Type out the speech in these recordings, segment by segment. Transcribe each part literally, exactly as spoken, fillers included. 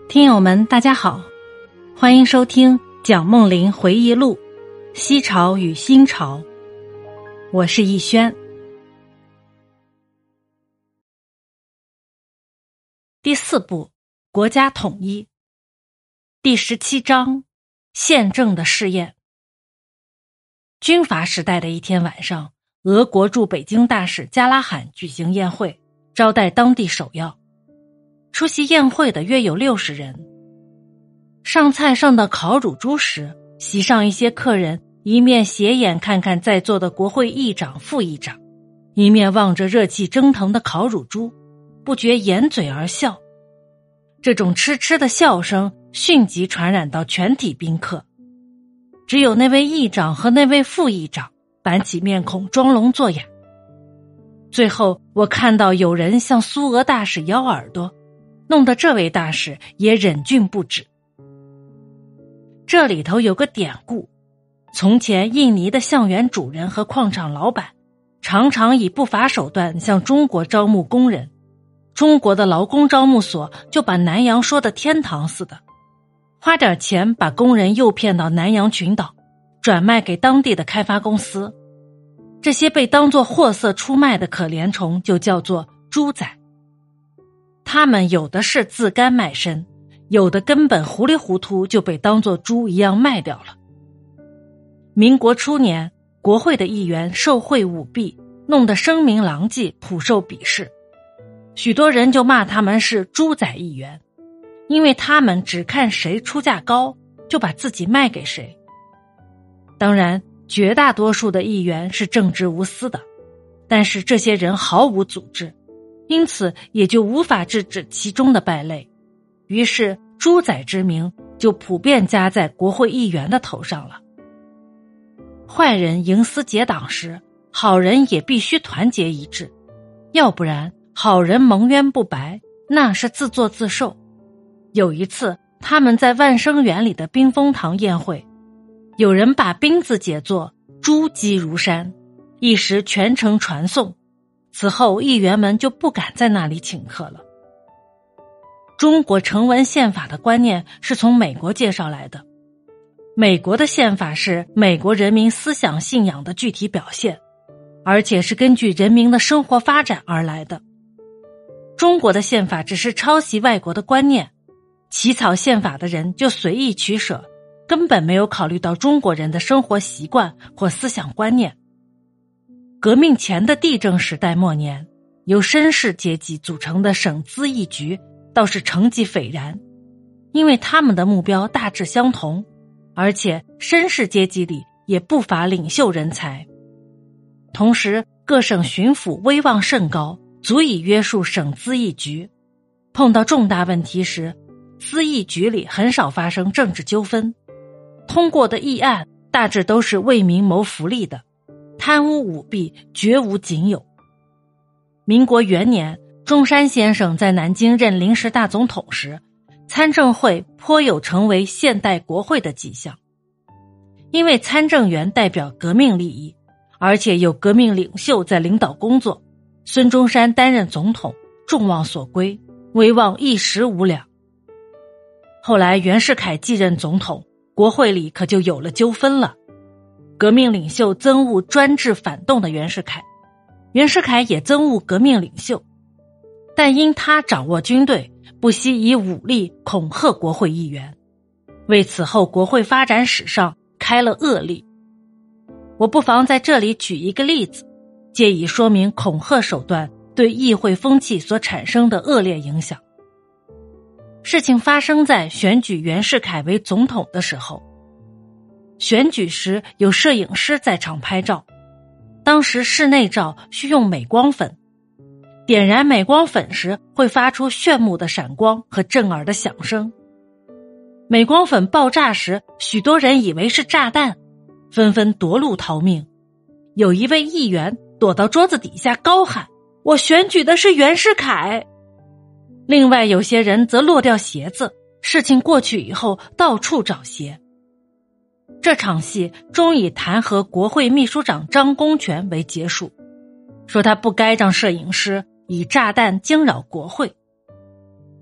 听友们大家好，欢迎收听蒋梦麟回忆录西朝与新朝，我是逸轩。第四部，国家统一。第十七章，宪政的试验。军阀时代的一天晚上，俄国驻北京大使加拉罕举行宴会，招待当地首要。出席宴会的约有六十人。上菜上到烤乳猪时，席上一些客人一面斜眼看看在座的国会议长、副议长，一面望着热气蒸腾的烤乳猪，不觉掩嘴而笑。这种痴痴的笑声迅即传染到全体宾客。只有那位议长和那位副议长板起面孔装聋作哑。最后我看到有人向苏俄大使咬耳朵，弄得这位大使也忍俊不止。这里头有个典故，从前印尼的橡园主人和矿场老板常常以不法手段向中国招募工人，中国的劳工招募所就把南洋说的天堂似的，花点钱把工人诱骗到南洋群岛，转卖给当地的开发公司。这些被当作货色出卖的可怜虫就叫做猪仔。他们有的是自甘卖身，有的根本糊里糊涂就被当作猪一样卖掉了。民国初年，国会的议员受贿舞弊，弄得声名狼藉，普受鄙视。许多人就骂他们是猪仔议员，因为他们只看谁出价高，就把自己卖给谁。当然，绝大多数的议员是正直无私的，但是这些人毫无组织，因此也就无法制止其中的败类。于是猪仔之名就普遍加在国会议员的头上了。坏人营私结党时，好人也必须团结一致，要不然好人蒙冤不白，那是自作自受。有一次他们在万生园里的冰封堂宴会，有人把冰字解作猪积如山，一时全城传颂，此后议员们就不敢在那里请客了。中国成文宪法的观念是从美国介绍来的，美国的宪法是美国人民思想信仰的具体表现，而且是根据人民的生活发展而来的。中国的宪法只是抄袭外国的观念，起草宪法的人就随意取舍，根本没有考虑到中国人的生活习惯或思想观念。革命前的帝政时代末年，由绅士阶级组成的省资议局倒是成绩斐然，因为他们的目标大致相同，而且绅士阶级里也不乏领袖人才。同时各省巡抚威望甚高，足以约束省资议局。碰到重大问题时，资议局里很少发生政治纠纷，通过的议案大致都是为民谋福利的，贪污舞弊绝无仅有。民国元年，中山先生在南京任临时大总统时，参政会颇有成为现代国会的迹象。因为参政员代表革命利益，而且有革命领袖在领导工作，孙中山担任总统，众望所归，威望一时无两。后来袁世凯继任总统，国会里可就有了纠纷了。革命领袖憎恶专制反动的袁世凯，袁世凯也憎恶革命领袖，但因他掌握军队，不惜以武力恐吓国会议员，为此后国会发展史上开了恶例。我不妨在这里举一个例子，借以说明恐吓手段对议会风气所产生的恶劣影响。事情发生在选举袁世凯为总统的时候。选举时有摄影师在场拍照，当时室内照需用镁光粉，点燃镁光粉时会发出炫目的闪光和震耳的响声。镁光粉爆炸时，许多人以为是炸弹，纷纷夺路逃命。有一位议员躲到桌子底下高喊：“我选举的是袁世凯！”另外有些人则落掉鞋子，事情过去以后到处找鞋。这场戏终以弹劾国会秘书长张公权为结束，说他不该让摄影师以炸弹惊扰国会。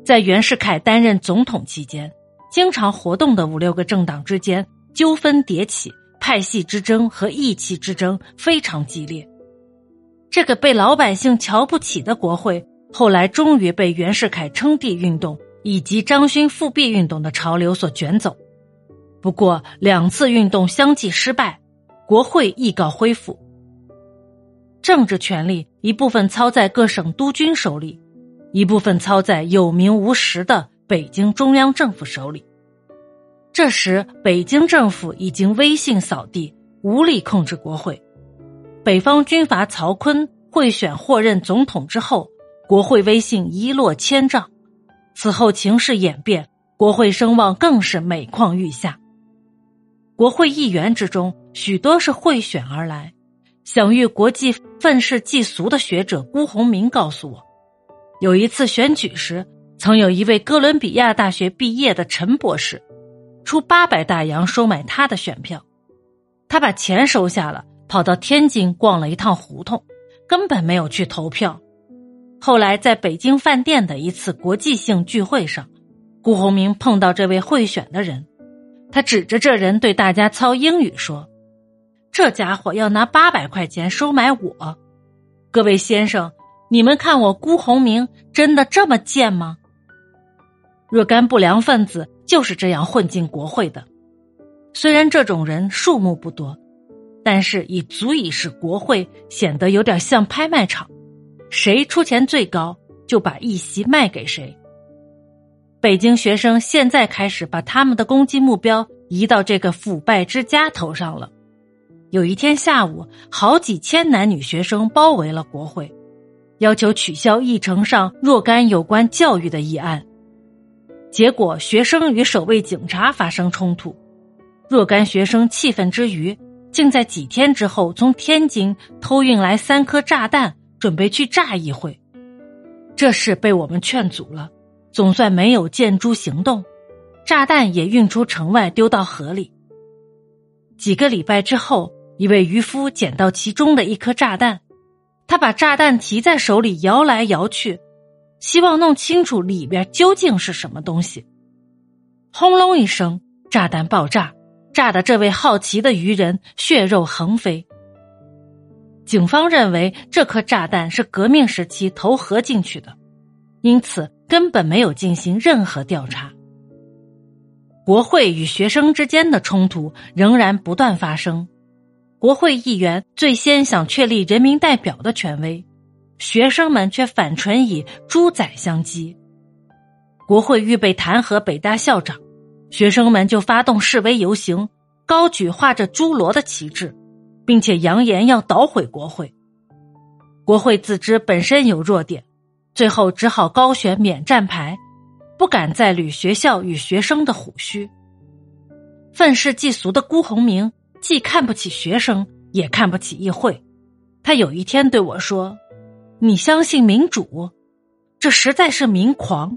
在袁世凯担任总统期间，经常活动的五六个政党之间纠纷迭起，派系之争和义气之争非常激烈。这个被老百姓瞧不起的国会，后来终于被袁世凯称帝运动以及张勋复辟运动的潮流所卷走。不过两次运动相继失败，国会亦告恢复。政治权力一部分操在各省督军手里，一部分操在有名无实的北京中央政府手里。这时北京政府已经威信扫地，无力控制国会。北方军阀曹锟贿选获任总统之后，国会威信一落千丈。此后情势演变，国会声望更是每况愈下。国会议员之中，许多是贿选而来。享誉国际愤世嫉俗的学者辜鸿铭告诉我，有一次选举时，曾有一位哥伦比亚大学毕业的陈博士出八百大洋收买他的选票。他把钱收下了，跑到天津逛了一趟胡同，根本没有去投票。后来在北京饭店的一次国际性聚会上，辜鸿铭碰到这位贿选的人，他指着这人对大家操英语说，这家伙要拿八百块钱收买我。各位先生，你们看我辜鸿铭真的这么贱吗？若干不良分子就是这样混进国会的。虽然这种人数目不多，但是已足以使国会显得有点像拍卖场，谁出钱最高就把一席卖给谁。北京学生现在开始把他们的攻击目标移到这个腐败之家头上了。有一天下午，好几千男女学生包围了国会，要求取消议程上若干有关教育的议案。结果学生与守卫警察发生冲突，若干学生气愤之余，竟在几天之后从天津偷运来三颗炸弹，准备去炸议会。这事被我们劝阻了，总算没有见诸行动，炸弹也运出城外丢到河里。几个礼拜之后，一位渔夫捡到其中的一颗炸弹，他把炸弹提在手里摇来摇去，希望弄清楚里边究竟是什么东西。轰隆一声，炸弹爆炸，炸得这位好奇的渔人血肉横飞。警方认为这颗炸弹是革命时期投河进去的，因此根本没有进行任何调查。国会与学生之间的冲突仍然不断发生。国会议员最先想确立人民代表的权威，学生们却反唇以猪仔相讥。国会预备弹劾北大校长，学生们就发动示威游行，高举画着猪猡的旗帜，并且扬言要捣毁国会。国会自知本身有弱点，最后只好高悬免战牌，不敢再捋学校与学生的虎须。愤世嫉俗的辜鸿铭既看不起学生，也看不起议会。他有一天对我说，你相信民主？这实在是民狂。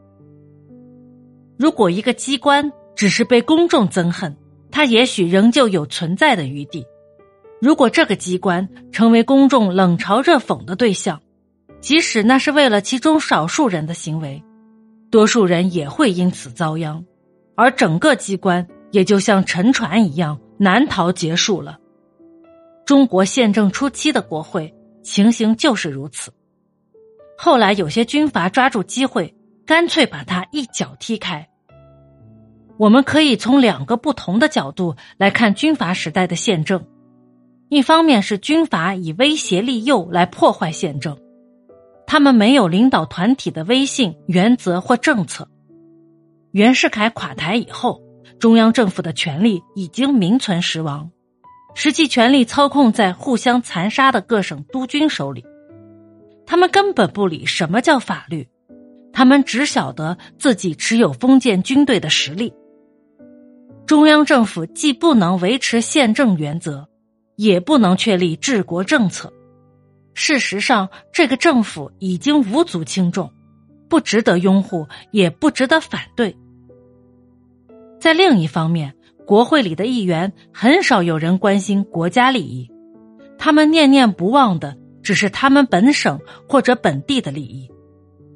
如果一个机关只是被公众憎恨，它也许仍旧有存在的余地。如果这个机关成为公众冷嘲热讽的对象，即使那是为了其中少数人的行为，多数人也会因此遭殃，而整个机关也就像沉船一样难逃结束了。中国宪政初期的国会情形就是如此。后来有些军阀抓住机会，干脆把它一脚踢开。我们可以从两个不同的角度来看军阀时代的宪政。一方面是军阀以威胁利诱来破坏宪政，他们没有领导团体的威信、原则或政策。袁世凯垮台以后，中央政府的权力已经名存实亡，实际权力操控在互相残杀的各省督军手里。他们根本不理什么叫法律，他们只晓得自己持有封建军队的实力。中央政府既不能维持宪政原则，也不能确立治国政策。事实上，这个政府已经无足轻重，不值得拥护，也不值得反对。在另一方面，国会里的议员很少有人关心国家利益，他们念念不忘的只是他们本省或者本地的利益，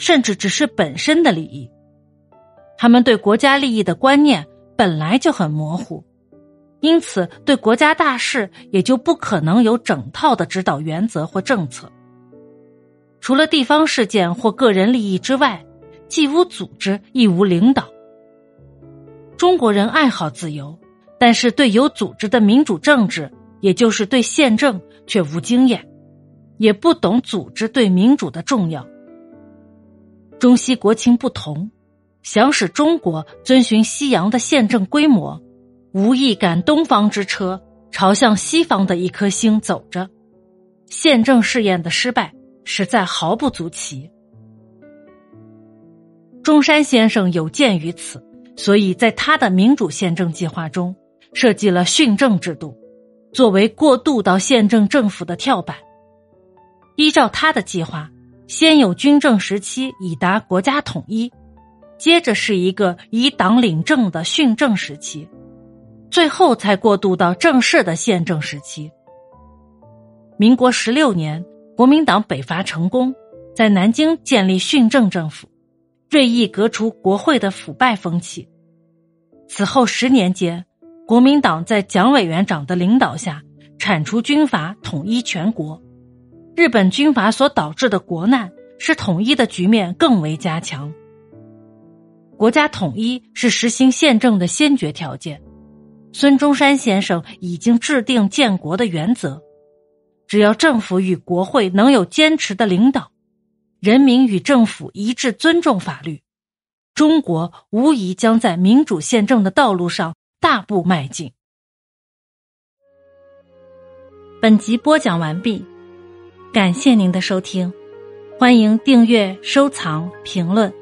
甚至只是本身的利益。他们对国家利益的观念本来就很模糊，因此对国家大事也就不可能有整套的指导原则或政策。除了地方事件或个人利益之外，既无组织亦无领导。中国人爱好自由，但是对有组织的民主政治，也就是对宪政却无经验，也不懂组织对民主的重要。中西国情不同，想使中国遵循西洋的宪政规模，无意赶东方之车，朝向西方的一颗星走着。宪政试验的失败实在毫不足奇。中山先生有鉴于此，所以在他的民主宪政计划中设计了训政制度，作为过渡到宪政政府的跳板。依照他的计划，先有军政时期以达国家统一，接着是一个以党领政的训政时期，最后才过渡到正式的宪政时期。民国十六年，国民党北伐成功，在南京建立训政政府，锐意革除国会的腐败风气。此后十年间，国民党在蒋委员长的领导下铲除军阀，统一全国。日本军阀所导致的国难使统一的局面更为加强。国家统一是实行宪政的先决条件，孙中山先生已经制定建国的原则，只要政府与国会能有坚持的领导，人民与政府一致尊重法律，中国无疑将在民主宪政的道路上大步迈进。本集播讲完毕，感谢您的收听，欢迎订阅、收藏、评论。